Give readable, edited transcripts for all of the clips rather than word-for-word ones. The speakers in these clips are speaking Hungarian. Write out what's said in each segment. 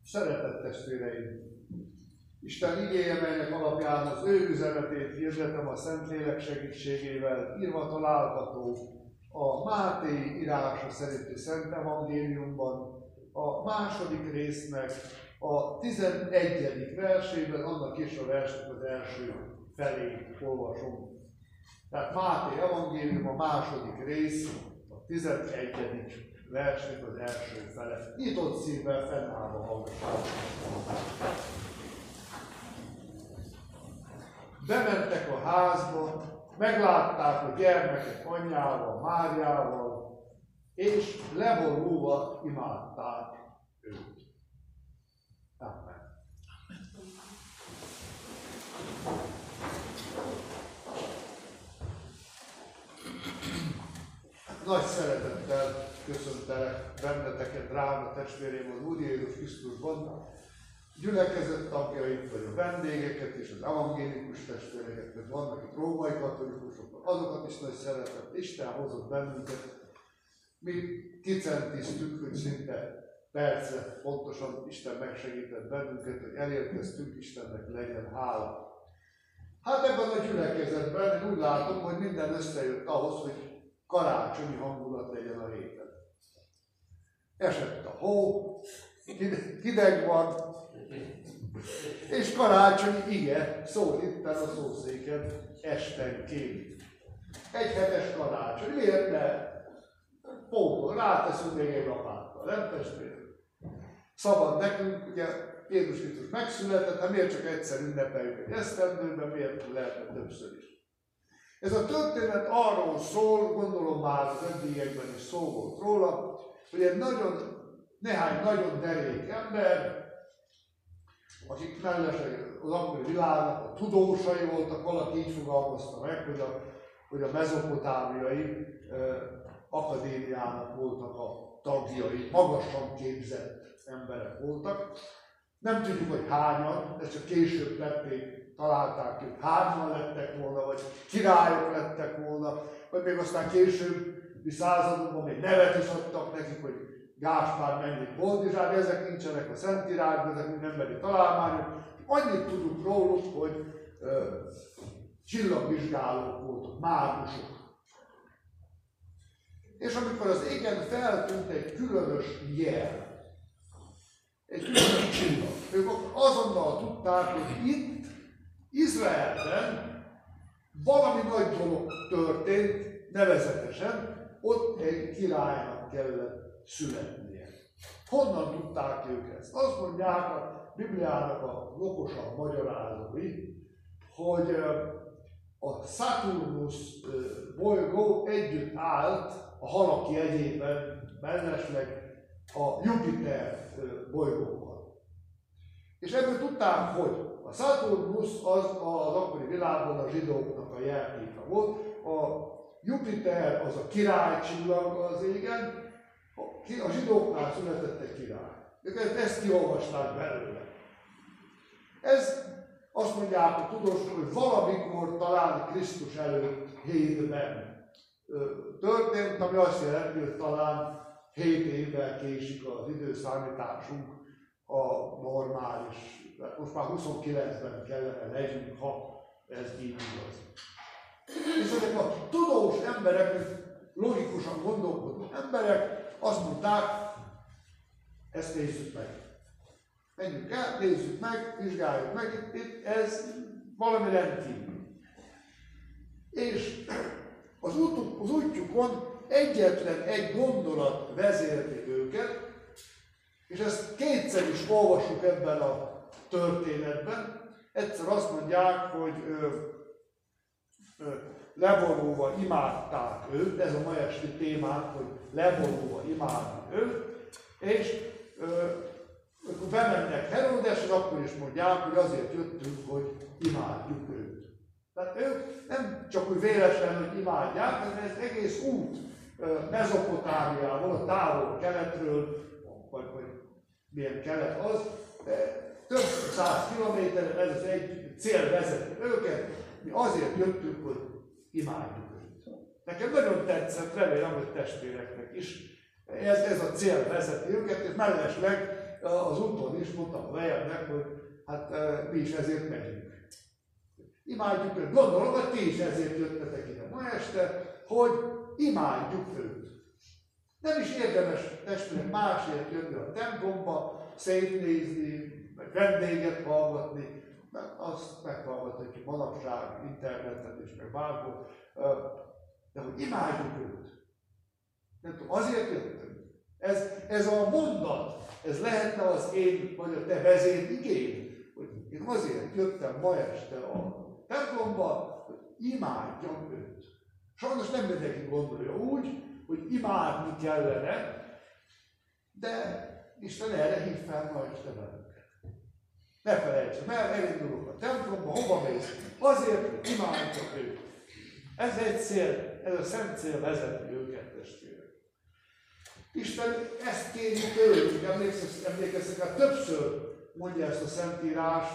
Szeretett testvéreim! Isten igéje, melynek alapján az ő üzenetét hirdetem a Szentlélek segítségével, írva található a Máté írása szerinti Szent Evangéliumban, a második résznek a 11. versében, annak is a versnek az első felét olvasom. Tehát Máté Evangélium, a második rész, a 11. versnek az első fele. Nyitott szívvel fennállva hallgassák. Bementek a házba, meglátták a gyermeket anyjával, Máriával, és leborulva imádták őt. Amen. Nagy szeretettel köszöntelek benneteket, drága testvéreim, az Úr Jézus Krisztusban, gyülekezet tagjait, vagy a vendégeket és az evangélikus testvéreket, vagy vannak itt római katolikusok, azokat is nagy szeretet. Isten hozott bennünket. Mi kicentiztük, hogy szinte percre pontosan Isten megsegített bennünket, hogy elérkeztünk, Istennek legyen hála. Hát ebben a gyülekezetben én úgy látom, hogy minden összejött ahhoz, hogy karácsonyi hangulat legyen a héten. Esett a hó, hideg van, és karácsonyi ige szól itt a szószéken estenként. Egy hetes karácsony. Miért ne? Pótol, ráteszünk még egy lapáttal, nem testvér? Szabad nekünk, ugye Jézus Krisztus megszületett, hát miért csak egyszer ünnepeljük egy esztendőben, miért lehetne többször is? Ez a történet arról szól, gondolom már az eddigiekben is szó volt róla, hogy egy néhány nagyon derék ember, akik mellesleg az akkori világnak a tudósai voltak, valaki így fogalmazta meg, hogy a mezopotámiai akadémiának voltak a tagjai, magasan képzett emberek voltak. Nem tudjuk, hogy hányan, ezt csak később találták ki, hogy hányan lettek volna, vagy királyok lettek volna, vagy még aztán későbbi századokban még nevet is adtak nekik, hogy Gáspár mennyit Boldizsár, de ezek nincsenek a Szentírásban, ezek mind emberi találmányok. Annyit tudunk róluk, hogy csillagvizsgálók voltak, mágusok. És amikor az égen feltűnt egy különös jel, egy különös csillag, ők azonnal tudták, hogy itt, Izraelben valami nagy dolog történt, nevezetesen, ott egy királynak kellett születnie. Honnan tudták ők ezt? Azt mondják a Bibliának a okosabb magyarázói, hogy a Saturnus bolygó együtt állt a halak jegyében, mellesleg a Jupiter bolygóval. És ebből tudták, hogy a Saturnus az akkori világban a zsidóknak a jelképe volt, a Jupiter az a királycsillag az égen, a zsidóknál született egy király. Ők ezt kiolvasták belőle. Ez azt mondják a tudósok, hogy valamikor talán Krisztus előtt 7-ben történt, ami azt jelenti, hogy talán 7 évvel késik az időszámításunk a normális. Most már 29-ben kellene legyünk, ha ez így igaz. És ezek a tudós emberek, logikusan gondolkodó emberek azt mondták, ezt nézzük meg. Menjünk el, nézzük meg, vizsgáljuk meg, itt ez valami rendkívül. És az útjukon egyetlen egy gondolat vezérli őket, és ezt kétszer is olvassuk ebben a történetben. Egyszer azt mondják, hogy leborulva imádták őt, ez a ma esti témánk, hogy leborulva imádni őt, és akkor bemennek Heródeshez, akkor is mondják, hogy azért jöttünk, hogy imádjuk őt. Tehát ők nem csak úgy véletlenül, hogy imádják, hanem ez egész út Mezopotámiából, a távol keletről, vagy milyen kelet az, több 100 kilométer, ez az egy cél vezeti őket, mi azért jöttünk, hogy imádjuk őt. Nekem nagyon tetszett, remélem, hogy testvéreknek is. Ez a cél vezeti őket, és mellesleg az úton is mondtam a lejemnek, hogy hát mi is ezért megyünk. Imádjuk őt. Gondolom, hogy ti is ezért jöttetek ide ma este, hogy imádjuk őt. Nem is érdemes testvérek másért jönni a templomba, szétnézni, meg vendéget hallgatni, mert azt meghallgatjuk manapság, internetet és meg bárhol, de hogy imádjuk őt. Nem tudom, azért jöttünk. Ez a mondat, ez lehetne az én vagy a te vezérigéd, hogy én azért jöttem ma este a templomba, hogy imádjam őt. Sajnos nem mindenki gondolja úgy, hogy imádni kellene, de Isten erre hív fel ma este velünk. Ne felejtsem el, elindulok a templomba, hova mész? Azért, hogy imádjam őt. Ez egy cél, ez a szent cél vezeti őket, testvérek. Isten ezt kéri tőlünk, emlékeztek, hát többször mondja ezt a Szentírás,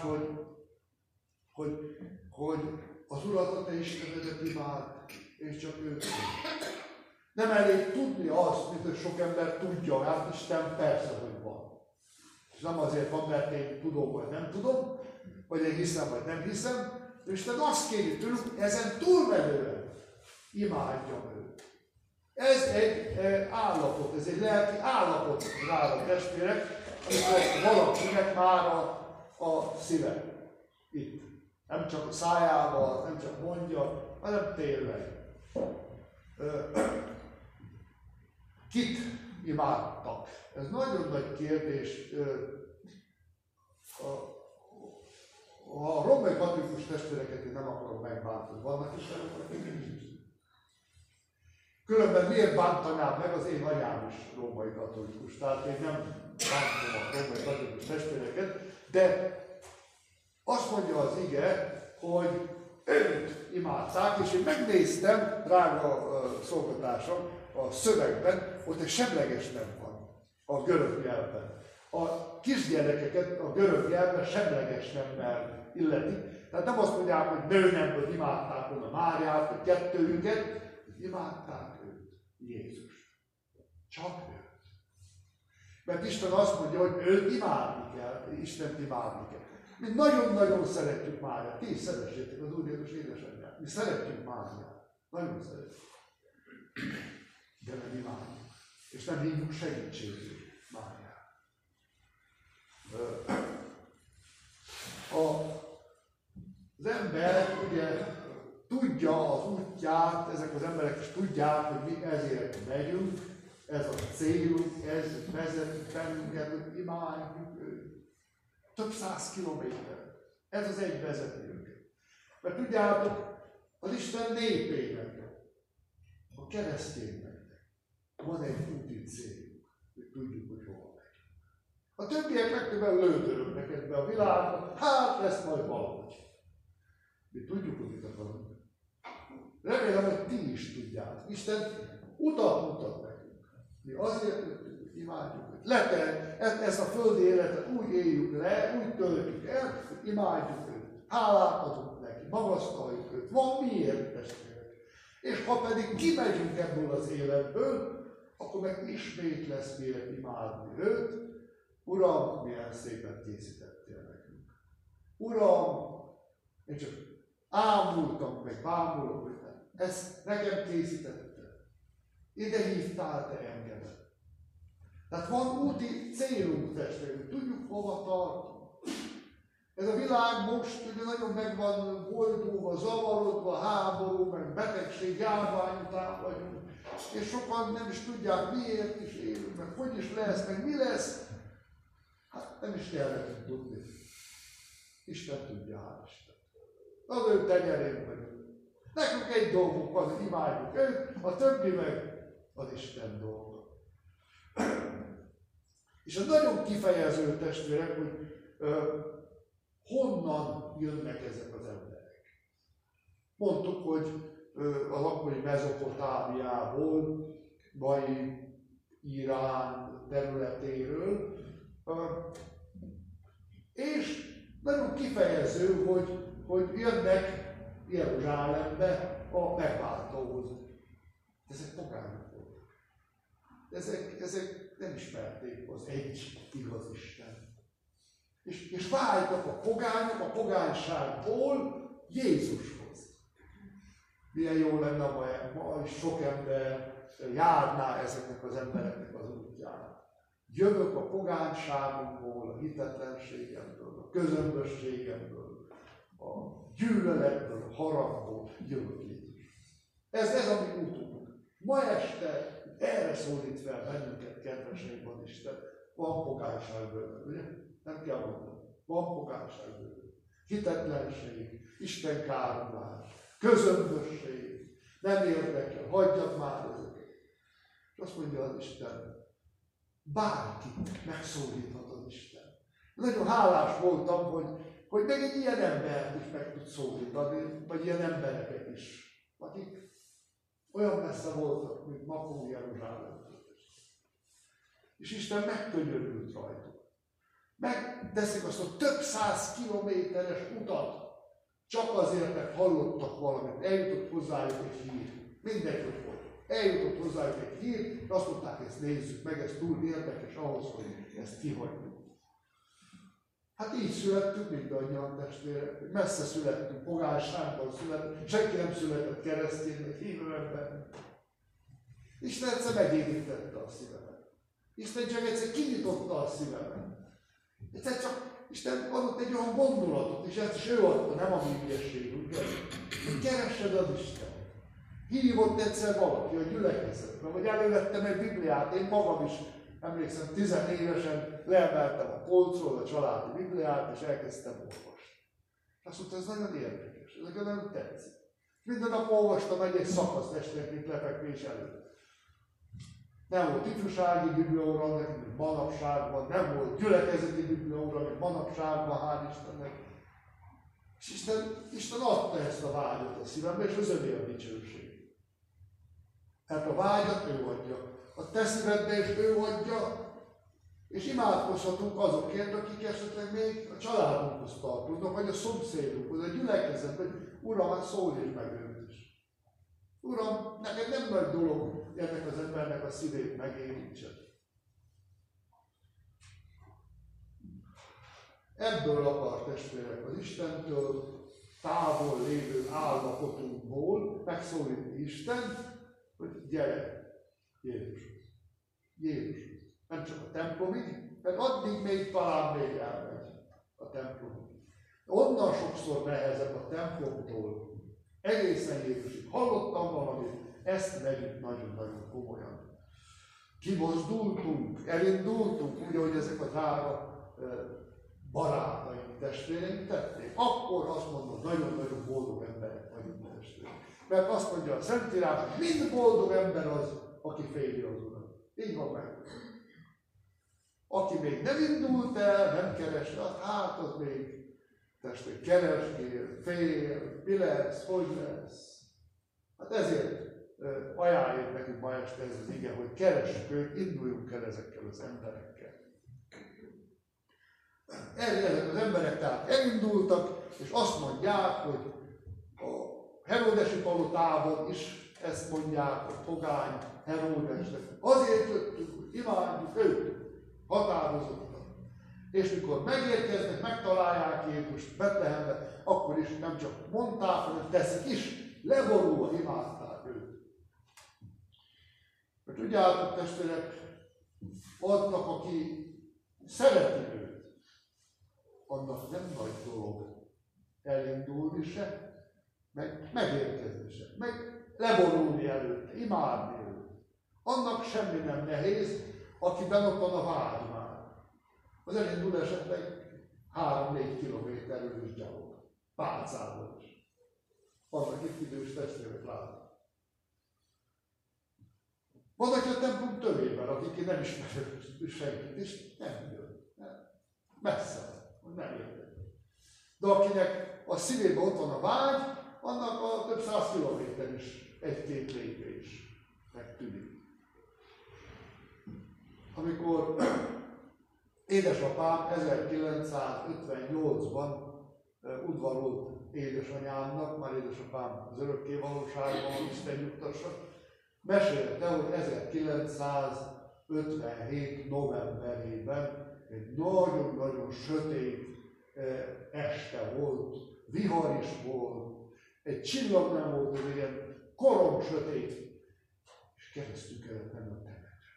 hogy az Urat a te Istenedet imád, és csak őt. Nem elég tudni azt, mint hogy sok ember tudja, hát Isten persze, hogy van. És nem azért van, mert én tudom, vagy nem tudom, vagy én hiszem, vagy nem hiszem. Isten azt kéri tőlünk, ezen túlmenően imádjam őt. Ez egy állapot, ez egy lelki állapot rá a testvérek, amikor valakinek már a szíve itt. Nem csak a szájával, nem csak mondja, hanem tényleg. Kit imádtak? Ez nagyon nagy kérdés. A római katolikus testvéreket én nem akarom megbántani. Vannak is olyanok, különben miért bántanám meg, az én anyám is római katolikus. Tehát én nem bántom a római katolikus testvéreket, de azt mondja az ige, hogy őt imádták, és én megnéztem, drága szolgatásom, a szövegben, ott egy semleges nem van a görög nyelvben. A kisgyerekeket a görög nyelvben semleges nemmel illetik. Tehát nem azt mondják, hogy nőnemből imádták volna Máriát, vagy kettőjüket, hogy imádták őt, Jézust. Csak őt. Mert Isten azt mondja, hogy őt imádni kell, Istent imádni kell. Mi nagyon-nagyon szeretjük Máriát. Ti is szeressétek az Úr Jézus édesanyját. Mi szeretjük Máriát. Nagyon szeretjük. De nem imádjuk. És nem hívjuk segítségül Máriát. Az ember ugye tudja az útját, ezek az emberek is tudják, hogy mi ezért megyünk, ez a célunk, ez vezet bennünket, hogy imádjuk őt. Több 100 kilométer. Ez az egy vezeti őket. Mert tudjátok, az Isten népének, a keresztényeknek van egy úti céljuk, hogy tudjuk, hogy hova megyünk. A többiek legtöbben lődörögnek ebbe a világba, hát lesz majd valahogy. Mi tudjuk, hogy mit akarunk. Remélem, hogy ti is tudjátok. Isten utat mutat nekünk. Mi azért jöttünk, hogy imádjuk, hogy ezt a földi életet úgy éljük le, úgy töltjük el, hogy imádjuk őt. Hálát adunk neki, magasztaljuk őt. Van miért, testvérek. És ha pedig kimegyünk ebből az életből, akkor meg ismét lesz miért imádni őt. Uram, milyen szépen készítettél nekünk. Uram, én csak ámultam, meg bámulok, hogy ezt nekem készítetted. Ide hívtál te engemet. Tehát van úti célunk, testvérünk, tudjuk hova tartunk. Ez a világ most ugye nagyon meg van boldulva, zavarodva, háború, meg betegség, járvány után vagyunk. És sokan nem is tudják, miért is élünk, meg hogy is lesz, meg mi lesz. Hát nem is kell nekünk tudni. Isten tudja, hál' Isten. Az ő tenyerén vagyunk. Nekünk egy dolgunk van, hogy imádjuk őt, a többi meg az Isten dolga. És az nagyon kifejező, testvérek, hogy honnan jönnek ezek az emberek. Mondtuk, hogy az akkori Mezopotámiából, mai Irán területéről, és nagyon kifejező, hogy jönnek Jeruzsálembe a megváltóhoz. Ezek pogányok voltak. Ezek nem ismerték az egy igaz Isten. És vágytak a pogányok a pogányságból Jézushoz. Milyen jó lenne, ma is sok ember járná ezeknek az embereknek az útján. Jövök a pogányságunkból, a hitetlenségemből, a közömbösségemből, a gyűlöletből, a haragból jövök Jézus. Ez a mi útunk. Ma este erre szólít fel bennünket, kedveseim, van Isten. Van pogányság bőven, ugye? Nem kell mondani. Van pogányság bőven. Hitetlenség, Isten káromlás, közömbösség, nem érdekel, hagyjad már ezeket. És azt mondja az Isten, bárkit megszólíthat az Isten. Nagyon hálás voltam, hogy meg egy ilyen embert is meg tud szólítani, vagy ilyen embereket is, akik olyan messze voltak, mint Makó Jeruzsálemtől. És Isten megkönyörült rajtuk. Megteszik azt a több 100 kilométeres utat, csak azért, mert hallottak valamit, eljutott hozzájuk egy hír. Mindegy, hogy volt. Eljutott hozzájuk egy hír, és azt mondták, ezt nézzük meg, ez túl érdekes ahhoz, hogy ezt kihagyjuk. Hát így születtünk mindannyian testvérek, messze születtünk, pogányságban születtünk, senki nem született keresztény, vagy hívő ember. Isten egyszer megérintette a szívemet. Isten csak egyszer kinyitotta a szívemet. Egyszer csak Isten adott egy olyan gondolatot, és ezt is ő adta, nem a mi ügyességünk, hogy keressed az Isten. Hívott egyszer valaki a gyülekezetbe, vagy elővettem egy Bibliát, én magam is emlékszem, 10 évesen leemeltem a polcról a családi Bibliát, és elkezdtem olvasni. Azt mondta, ez nagyon érdekes, ez nagyon tetszik. Minden nap olvastam egy szakaszt esténként lefekvés előtt. Nem volt ifjúsági bibliaóra, nekünk manapság van, nem volt gyülekezeti bibliaóra, meg manapság van, hál' Istennek. És Isten adta ezt a vágyat a szívembe, és az övé a dicsőség. Tehát a vágyat ő adja. A te szívedbe is ő adja, és imádkozhatunk azokért, akik esetleg még a családunkhoz tartoznak, vagy a szomszédunkhoz, a gyülekezetben, hogy Uram, hát szólj meg őt is. Uram, neked nem nagy dolog ennek az embernek a szívét megérintsed. Ebből akar, testvérek, az Istentől távol lévő állapotunkból megszólítni Isten, hogy gyere Jézus. Jézus. Nem csak a templomig, mert addig még talán még elmegy a templomig. Onnan sokszor nehezebb a templomtól egészen Jézusig. Hallottam valamit, ezt vegyük nagyon-nagyon komolyan. Kimozdultunk, elindultunk, úgy, ahogy ezek a drága barátaink, testvéreink tették. Akkor azt mondom, nagyon-nagyon boldog emberek vagyunk, testvérek. Mert azt mondja a Szentírás, hogy mind boldog ember az, aki féli az Urat. Így van meg. Aki még nem indult el, nem kereste, hát az még testvér, keresgél, fél, mi lesz, hogy lesz. Hát ezért ajánljuk nekünk ma este ez az ige, hogy keressük őt, induljunk el ezekkel az emberekkel. Ezek az emberek tehát elindultak, és azt mondják, hogy a Heródesi palotában is ezt mondják, hogy pogány Heródesnek. Azért jöttünk, hogy imádjuk őt, határozottan. És mikor megérkeznek, megtalálják Jézust Betlehembe, akkor is nem csak mondták, hanem teszik is, leborulva imádták őt. Mert tudjátok, testvérek, annak, aki szereti őt, annak nem nagy dolog elindulni se, meg megérkezni se, meg leborulni előtte, imádni őt. Annak semmi nem nehéz, akiben ott van a vágy már. Az elindul esetleg 3-4 kilométerről is gyalog, pálcával is. Vannak itt idős testvérek látni. Van, aki a templom tövében, akik nem ismernek senkit, és nem jön. Messze van, nem értek. De akinek a szívében ott van a vágy, annak a több 100 kilométer is 1-2 lépés megtűnik. Amikor édesapám 1958-ban udvarolt édesanyámnak, már édesapám az örökké valóságban, Isten nyugtassa, mesélte, hogy 1957. novemberében egy nagyon-nagyon sötét este volt, vihar is volt, egy csillag nem volt, egy ilyen korom sötét, és keresztül kellett menni a temetre.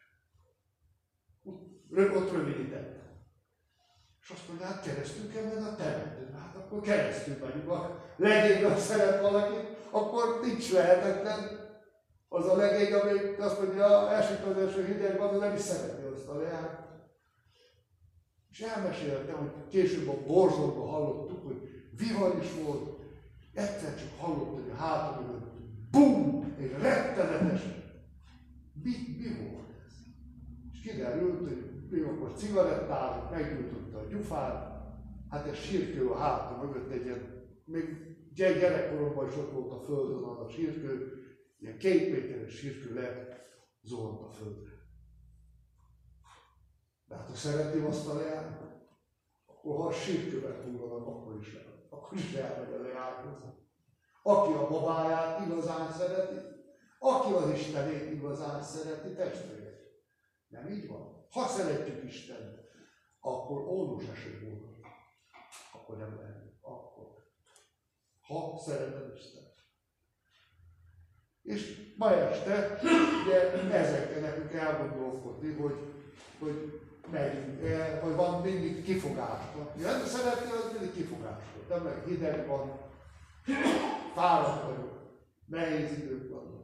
Ott rövidített. És azt mondja, hát keresztül kell menni a temetre. Hát akkor keresztül megyünk. Ha legényben szeret valakit, akkor nincs lehetetlen. Az a legény, ami azt mondja, esik az első hideg van, nem is szeretni azt a leányt. És elmeséltem, hogy később a Borzonban hallottuk, hogy vihar is volt, egyszer csak hallott, hogy a háta mögött bum, egy rettenetes. Mi volt ez? És kiderült, hogy ő akkor cigarettázott, meggyújtotta a gyufát, hát egy sírkő a háta mögött, egy ilyen, még gyerekkoromban is ott volt a földön az a sírkő, ilyen 2 méteres sírkő lezuhant a földre. De hát ha szereti azt a leányt, akkor ha a sírkővel túlvanak, akkor is elmegy a leányhoz. Aki a babáját igazán szereti, aki az Istenét igazán szereti, testvérek. Nem így van? Ha szeretjük Istent, akkor ónos eső volt. Akkor nem lehet. Akkor. Ha szereted Istent. És ma este, ugye ezekkel nekünk elgondolkodni, hogy megyünk el, hogy van mindig kifogás. Nem szeretni, az mindig kifogás volt. Nem meg hideg van, fáradt vagyok, nehéz idők vannak.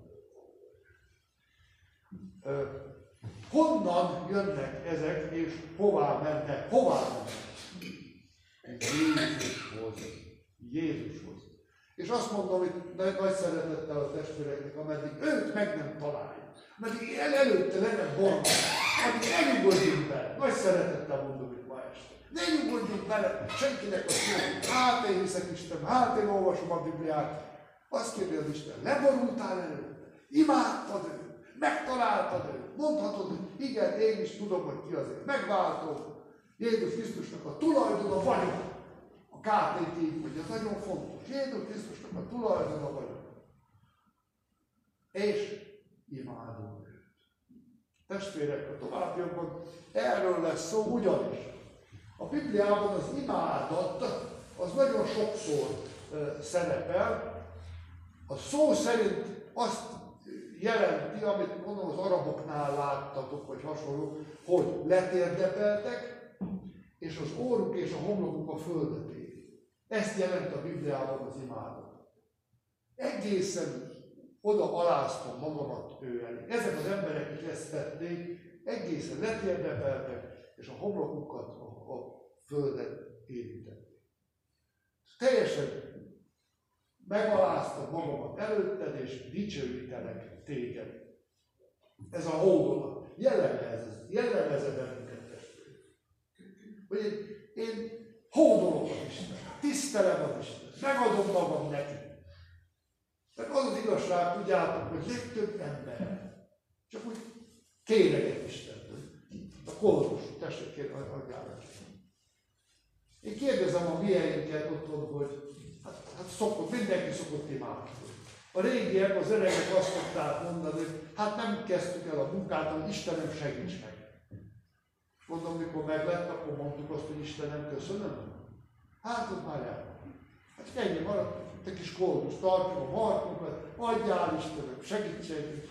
Honnan jönnek ezek, és hová mennek? Hová mennek? Jézushoz. Jézushoz. És azt mondom, hogy nagy szeretettel a testvéreknek, ameddig őt meg nem találjuk, ameddig előtte le nem borulunk, ameddig ne nyugodjunk bele. Nagy szeretettel mondom itt ma este. Ne nyugodjunk bele senkinek a szó. Hát én hiszek Isten, hát én olvasom a Bibliát. Azt kérdezi az Isten, leborultál előtte? Imádtad őt? Megtaláltad őt? Mondhatod, hogy igen, én is tudom, hogy ki azért. Megváltom. Jézus Krisztusnak a tulajdona vagyok. A KTT így mondja, nagyon fontos. Jézus Krisztusnak a tulajdona vagyok. És imádom őt. Testvérek, a továbbiakban erről lesz szó, ugyanis a Bibliában az imádat az nagyon sokszor szerepel. A szó szerint azt jelenti, amit mondom az araboknál láttatok, vagy hasonló, hogy letérdepeltek, és az óruk és a homlokuk a földet éri. Ezt jelent a Bibliában az imádat. Egészen oda aláztam magamat ő elé. Ezek az emberek is ezt tették, egészen letérdepeltek, és a homlokukat a földet érintették. Teljesen megaláztam magamat előtted, és dicsőítelek téged. Ez a hódolat. Jellemezze bennünket, testvérek. Hogy én hódolom az Isten, tisztelem az Isten, megadom magam neki. Tehát az az igazság, tudjátok, hogy legtöbb ember csak úgy kéreget Istentől. A koldus, tessék kérni, adjál meg. Én kérdezem a mieinket otthon, hogy mindenki szokott imádkozni. A régiek, az öregek azt szokták mondani, hogy hát nem kezdtük el a munkát, hogy Istenem segíts meg. És mondom, mikor meglett, akkor mondtuk azt, hogy Istenem köszönöm. Hát ott már el. Hát ennyi maradt, te kis koldus, tartjuk a markunkat, adjál Istenem, segítség.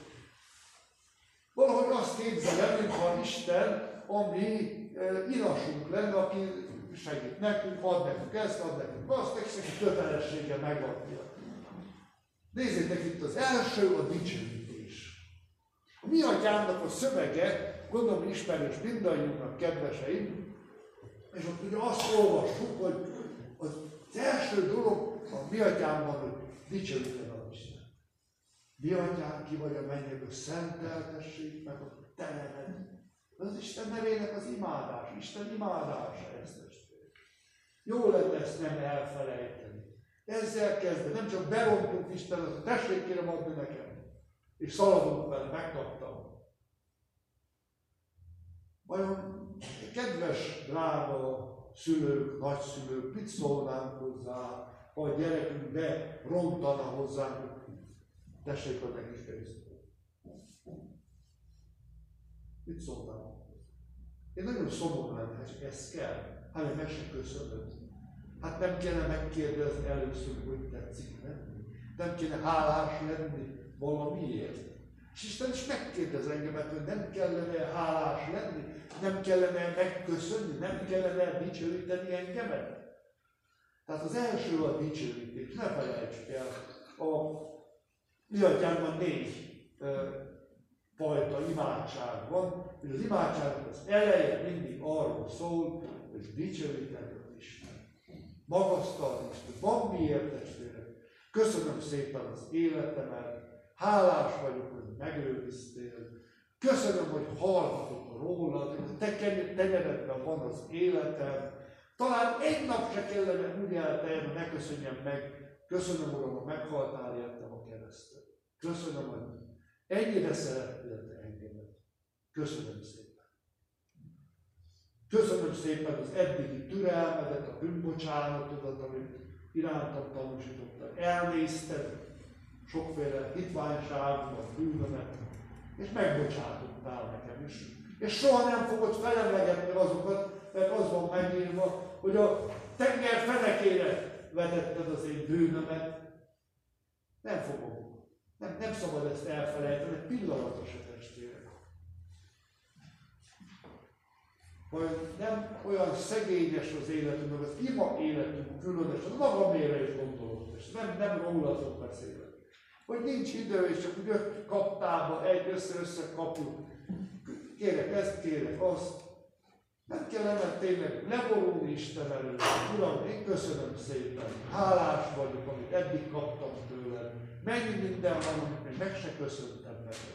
Valahogy azt képzelem, mintha Isten, ami inasunk lenne, aki segít nekünk, ad nekünk ezt, ad nekünk azt, neki kötelessége megadja. Nézzétek itt az első, a dicsőítés. A mi atyánknak a szövege, gondolom, hogy ismerős mindannyiunknak, kedveseim, és ott ugye azt olvassuk, hogy az első dolog a mi atyánkban, hogy dicsőíted az Isten. Mi atyánk, ki vagy a mennyekből, szenteltessék meg a te neved. Az Isten nevének az imádás, Isten imádása ezt. Jó lenne ezt nem elfelejteni. Ezzel kezdve, nem csak berontunk Istenet, tessék kérem adni nekem, és szaladunk vele, megkaptam. Vajon kedves, drága szülők, nagyszülők, mit szólnánk hozzá, ha a gyerekünk berontana hozzánk, hogy tessék adni is Krisztus. Mit szólnánk? Én nagyon szomorú lenne, hogy ez kell. Hát én meg sem köszönöm. Hát nem kéne megkérdezni először, hogy tetszik lenni. Nem kéne hálás lenni valamiért. És Isten is megkérdez engemet, hogy nem kellene hálás lenni, nem kellene megköszönni, nem kellene dicsőíteni engemet. Tehát az első a dicsőítés, ne felejtsük el. Mi atyánkban 4 fajta imádság van, és az imádságnak az eleje mindig arról szól, hogy dicsőíteni az Isten. Magasztalni Isten. Van miért, testvérek? Köszönöm szépen az életemet, hálás vagyok, hogy megőriztél. Köszönöm, hogy hallhatok rólad, hogy a te tenyeredben van az életem. Talán egy nap se kellene úgy elteljen, hogy ne köszönjem meg. Köszönöm, Uram, hogy meghaltál értem a kereszten. Köszönöm, hogy ennyire szerettél te engemet. Köszönöm szépen. Köszönöm szépen az eddigi türelmedet, a bűnbocsánatodat, amit irántam tanúsítottál. Elnézted sokféle hitványságomat, bűnömet, és megbocsátottál nekem is. És soha nem fogod felemlegetni azokat, mert az van megírva, hogy a tenger fenekére vetetted az én bűnömet. Nem fogom. Nem szabad ezt elfelejteni, egy pillanatra se, testvérek. Vagy nem olyan szegényes az életünk, meg az ima életünk különösen, magamére is gondolok, és nem rólatok beszélek. Hogy nincs idő, és csak úgy kaptába össze kapjuk. Kérek ezt, kérek azt. Nem kellene tényleg leborulni Isten előtt. Uram, én köszönöm szépen, hálás vagyok, amit eddig kaptam tőled. Mennyi minden van, amit még meg se köszöntem neked.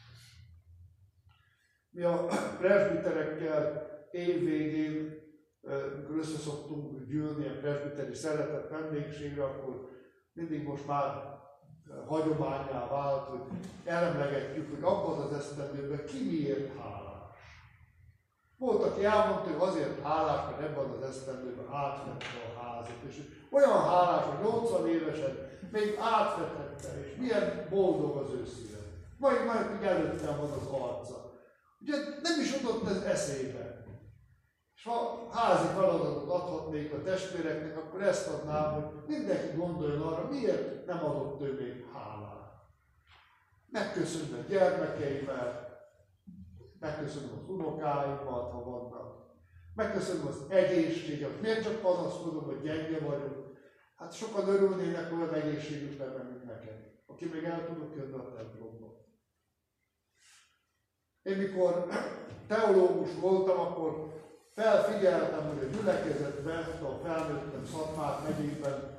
Mi a presbiterekkel évvégén, amikor összeszoktunk gyűlni a presbiteri szeretett vendégségre, akkor mindig most már hagyománnyá vált, hogy elemlegetjük, hogy abban az esztendőben ki miért hálás. Volt, aki elmondta, hogy azért hálás, mert ebben az esztendőben átvette a házat, és olyan hálás, hogy 80 évesen még átvethette, és milyen boldog az ő szíve. Majd előttem van az arca. Ugye nem is adott ez eszébe. És ha házi feladatot adhatnék a testvéreknek, akkor ezt adnám, hogy mindenki gondoljon arra, miért nem adott ő még hálát. Megköszönöm a gyermekeimmel, megköszönöm az unokáimmal, ha vannak. Megköszönöm az egészséget. Miért csak panaszkodom, hogy gyenge vagyok? Hát sokan örülnének olyan egészségükben, mint nekem, aki még el tudok jönni a templomba. Én mikor teológus voltam, akkor felfigyeltem, hogy a gyülekezetben, a felnőttem Szatmár megyében,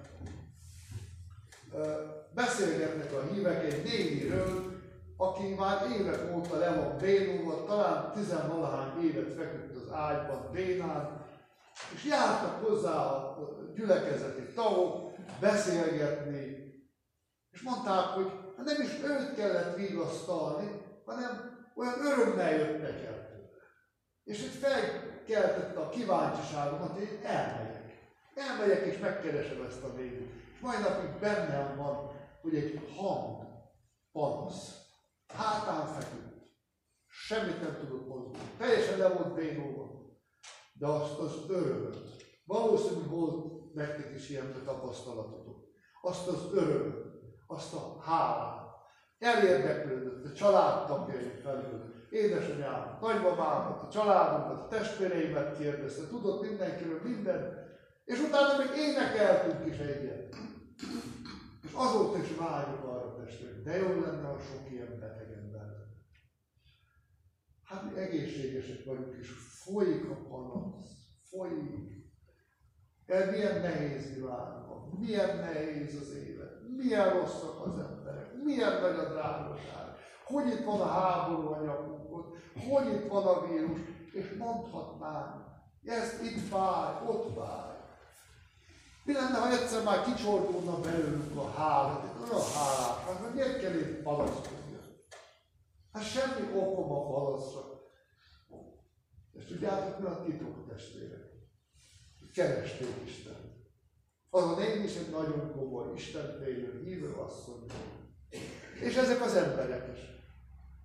beszélgetnek a hívek egy néniről, aki már évek óta le van bénulva, talán 10-valahány évet feküdt az ágyban bénán, és jártak hozzá a gyülekezeti tagok beszélgetni, és mondták, hogy nem is őt kellett vigasztalni, hanem olyan örömmel jöttek el tőle. És itt felkeltette a kíváncsiságomat, hogy én elmegyek és megkeresem ezt a nénit. És mai napig bennem van, hogy egy hang, panasz, hátán feküdt, semmit nem tudott mozdulni, teljesen le volt bénulva, de azt az örömöt, valószínűleg volt nektek is ilyen tapasztalatotok, azt az örömöt, azt a hálát, elérdeklődött a családtagjaim felül, édesanyámat, nagymamámat, a családunkat, a testvéreimet kérdezte, tudott mindenkiről mindent, és utána még énekeltünk is egyet. És azóta is vágyok arra, testvérek, de jó lenne, ha sok ilyen beteg ember lenne. Hát mi egészségesek vagyunk, és folyik a panasz, folyik. Milyen nehéz világ van, milyen nehéz az élet, milyen rosszak az emberek, milyen nagy a drágaság, hogy itt van a háború a nyakunkon, hogy itt van a vírus, és mondhatnánk, ezt itt fáj, ott fáj. Mi lenne, ha egyszer már kicsordulna belőlünk a hála, olyan hálás, hát miért kell itt panaszkodni? Hát semmi okom a panaszra. És tudjátok, mi a titok, testvérek? Keresték Istent. Az a néni is egy nagyon komoly Isten félő, hívő asszony. És ezek az emberek is.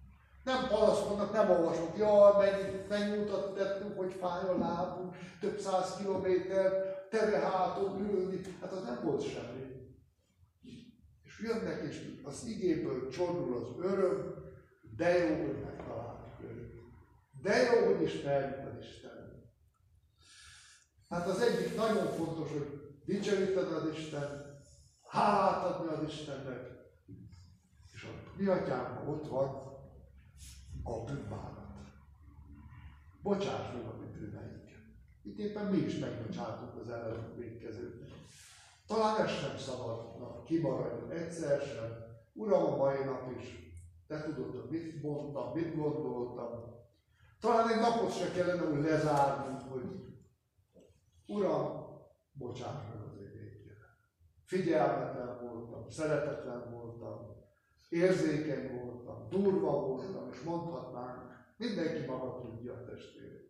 Nem panaszkodnak, nem olvasok, jaj, mennyi utat tettünk, hogy fáj a lábunk, több 100 kilométer, tere hátul ülni, hát az nem volt semmi. És jönnek, és az igéből csordul az öröm, de jó, hogy megtaláltuk őt. De jó, hogy ismerjük az Isten. Hát az egyik nagyon fontos, hogy dicseríted az Isten, hálát adni az Istennek, és a mi atyánkban ott van a bűnbánat. Bocsáss meg a mi bűneinket. Itt éppen mi is megbocsátunk az ellenünk vétkezőknek. Talán ez sem szabadna kimaradjon egyszer sem. Uram, a mai nap is, te tudod, hogy mit mondtam, mit gondoltam. Talán egy napot se kellene úgy lezárnunk, hogy Uram, bocsáss meg az én vétkedet. Figyelmetlen voltam, szeretetlen voltam, érzékeny voltam, durva voltam, és mondhatnánk, mindenki maga tudja a testvérét.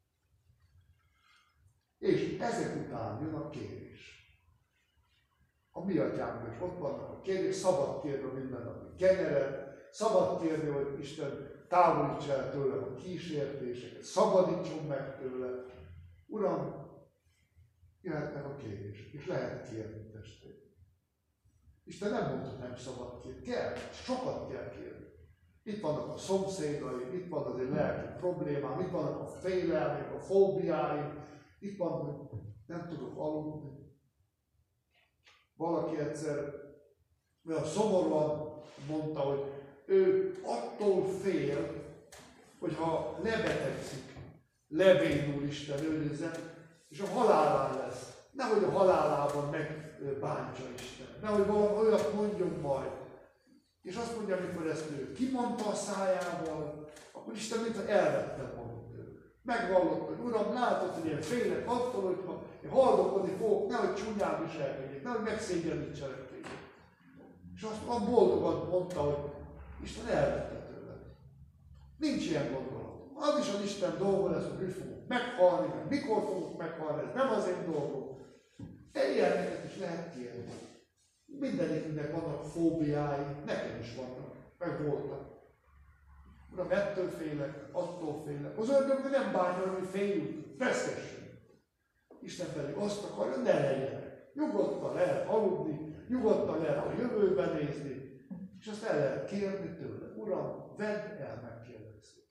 És ezek után jön a kérés. A mi atyánkban is ott vannak a kérés, szabad kérni a mindennapi kenyeret, szabad kérni, hogy Isten távolítsa el tőle a kísértéseket, szabadítson meg tőle. Uram, jöhet meg a kérés, és lehet kérni, testvér. Isten nem mondta, hogy nem szabad kérni. Kell, sokat kell kérni. Itt vannak a szomszédaim, itt van az egy lelki problémám, itt vannak a félelmek, a fóbiáim, itt van, hogy nem tudok aludni. Valaki egyszer olyan szomorúan mondta, hogy ő attól fél, hogy ha lebetegszik, lebénul Isten, őrizzen, és a halálán lesz. Nehogy a halálában megbántsa Isten. Nehogy valami olyat mondjon majd. És azt mondja, amikor ezt ő kimondta a szájával, akkor Isten mintha elvette magát tőle. Megvallott, hogy Uram, látod, hogy én félek attól, hogy ha én haldokolni fogok, nehogy csúnyán viselkedjék, nehogy megszégyenítselek téged. És azt boldogan mondta, hogy Isten elvette tőle. Nincs ilyen gondolat. Az is az Isten dolga lesz, hogy mi fogunk meghalni, meg mikor fogunk meghalni, ez nem az én dolgom. De ilyeneket is lehet kérni. Mindeniknek vannak fóbiái, nekem is vannak, meg voltak. Uram, ettől félek, attól félek. Az ördög nem bánja, hogy féljünk, vesztessünk. Isten pedig azt akarja, ne legyenek. Nyugodtan lehet aludni, nyugodtan lehet a jövőbe nézni, és azt el lehet kérni tőle. Uram, vedd el, megkérlek szépen.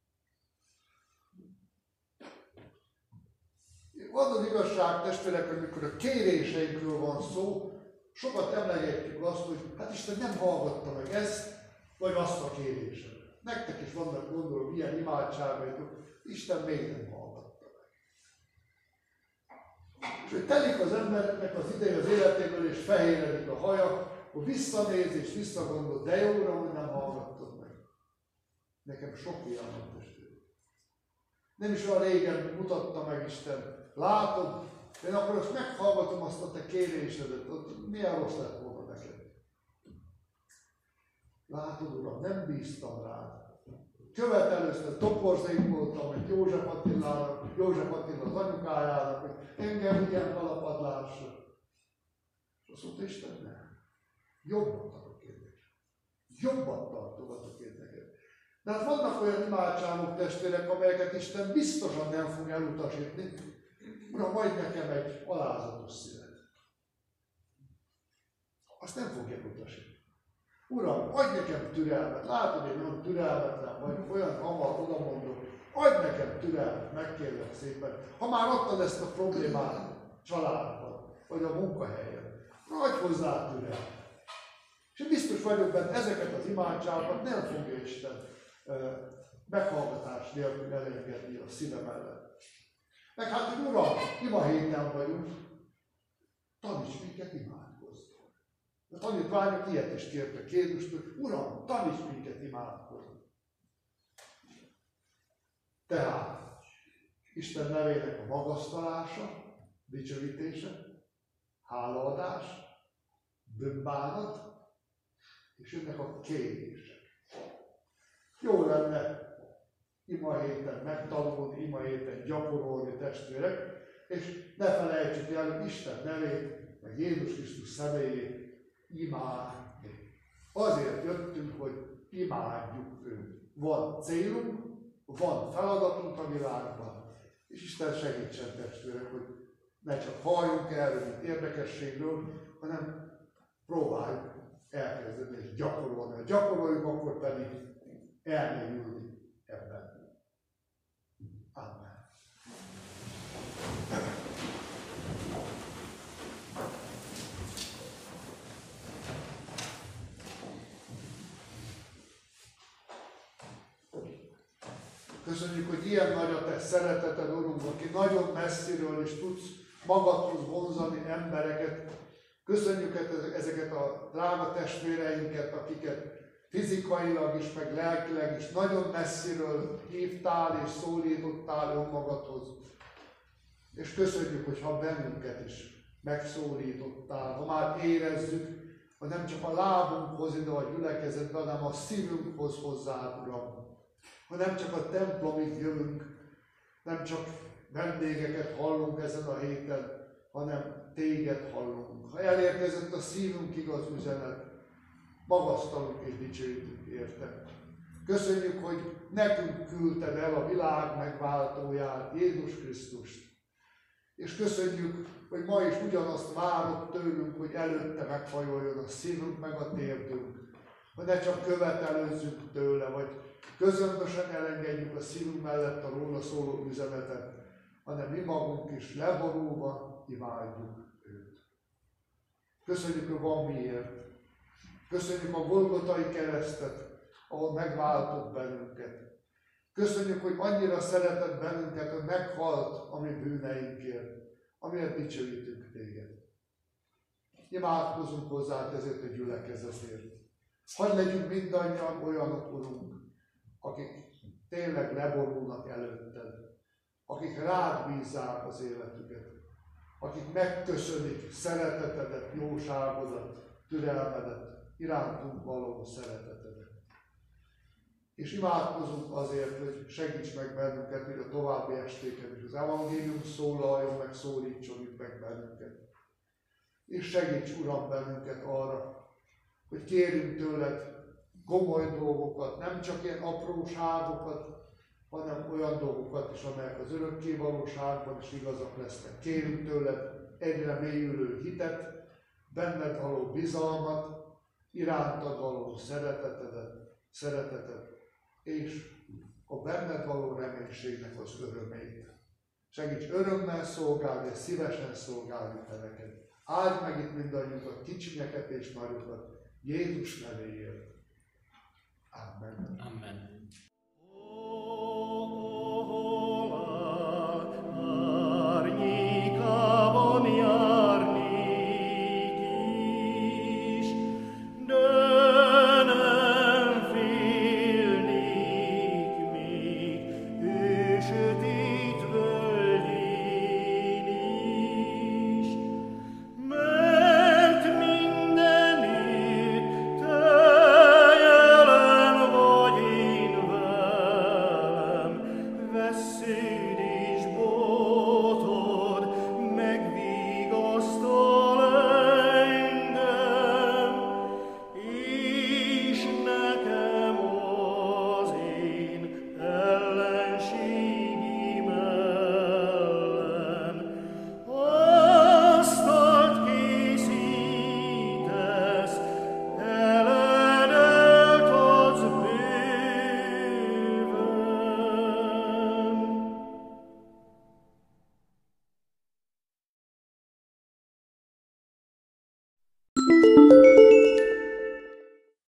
Az az igazság, testvérek, hogy mikor a kéréseinkről van szó, sokat emlegetjük azt, hogy hát Isten nem hallgatta meg ezt, vagy azt a kéréset. Nektek is vannak, gondolom, ilyen imádságaitok, Isten még nem hallgatta meg. És hogy telik az embernek az ideje az életéből, és fehéredik a haja, akkor visszanéz és visszagondol, de jó Uram, hogy nem hallgattad meg. Nekem sok ilyen van, testvér. Nem is olyan régen mutatta meg Isten. Látod, én akkor azt meghallgatom azt a te kérésedet, ott milyen rossz lett volna neked. Látod, Uram, nem bíztam rád. Követelőztem, toporzék voltam, hogy József Attila az anyukájának, hogy engem ilyen kalapadlásra. És azt mondta Isten, nem. Jobban akarok érni. Jobban tartogatok én neked. De hát vannak olyan imádságok, testvérek, amelyeket Isten biztosan nem fog elutasítani. Uram, adj nekem egy alázatos szívet. Azt nem fogja elutasítani. Uram, adj nekem türelmet. Látod, én olyan türelmetlen vagyok, olyan hamar oda mondom, adj nekem türelmet, megkérlek szépen. Ha már adtad ezt a problémát családban, vagy a munkahelyen, adj hozzá türelmet. És biztos vagyok benne, ezeket az imádságokat nem fogja Isten meghallgatás nélkül elengedni a szíve mellett. Meg hát, hogy Uram, ima héten vagyunk, taníts minket imádkozni. A tanítványok ilyet is kértek Jézustól, Uram, taníts minket imádkozni. Tehát, Isten nevének a magasztalása, dicsőítése, hálaadás, bűnbánat, és jönnek a kérések. Jó lenne ima héten megtanulni, ima héten gyakorolni, testvérek, és ne felejtsük el, hogy Isten nevét, meg Jézus Krisztus személyét imádni. Azért jöttünk, hogy imádjuk őt. van célunk, van feladatunk a világban, és Isten segítsen testvérek, hogy ne csak halljunk erről, mint érdekességről, hanem próbáljuk elkezdeni és gyakorolni. Ha gyakoroljuk, akkor pedig elmélyülni ebben. Amen. Köszönjük, hogy ilyen nagy a te szereteted, Urunk, aki nagyon messziről is tudsz magadhoz vonzani embereket. Köszönjük ezeket a drága testvéreinket, akiket fizikailag is, meg lelkileg is nagyon messziről hívtál és szólítottál önmagadhoz. És köszönjük, hogy ha bennünket is megszólítottál, ha már érezzük, hogy nem csak a lábunkhoz ide a gyülekezetbe, hanem a szívünkhoz hozzád, Uram. Ha nem csak a templomig jövünk, nem csak vendégeket hallunk ezen a héten, hanem téged hallunk. Ha elérkezett a szívünkig az üzenet, magasztalunk és dicsőítünk érte. Köszönjük, hogy nekünk küldted el a világ megváltóját, Jézus Krisztust. És köszönjük, hogy ma is ugyanazt várod tőlünk, hogy előtte megfajoljon a szívünk meg a térdünk. Hogy ne csak követelőzzünk tőle, vagy közömbösen elengedjük a szívünk mellett a róla szóló üzenetet, hanem mi magunk is leborulva imádjuk őt. Köszönjük, hogy van miért. Köszönjük a Golgotai keresztet, ahol megváltott bennünket. Köszönjük, hogy annyira szeretett bennünket, hogy meghalt a mi bűneinkért, amiért dicsőítünk téged. Imádkozunk hozzád ezért a gyülekezetért. Hadd legyünk mindannyian olyanok, Urunk, akik tényleg leborulnak előtted, akik rád bízzák az életüket, akik megköszönik szeretetedet, jóságodat, türelmedet, irántunk való szeretetedet. És imádkozunk azért, hogy segíts meg bennünket, hogy a további estéken is az evangélium szólaljon, meg szólítson itt meg bennünket. És segíts, Uram, bennünket arra, hogy kérjünk tőled komoly dolgokat, nem csak ilyen apróságokat, hanem olyan dolgokat is, amelyek az örökké valóságban is igazak lesznek. Kérjünk tőled egyre mélyülő hitet, benned való bizalmat, irántad való szeretetet, és a benned való reménységnek az örömét. Segíts örömmel szolgálni, és szívesen szolgálni te neked. Áld meg itt mindannyiukat, kicsinyeket és nagyokat, Jézus nevéért. Amen. Amen.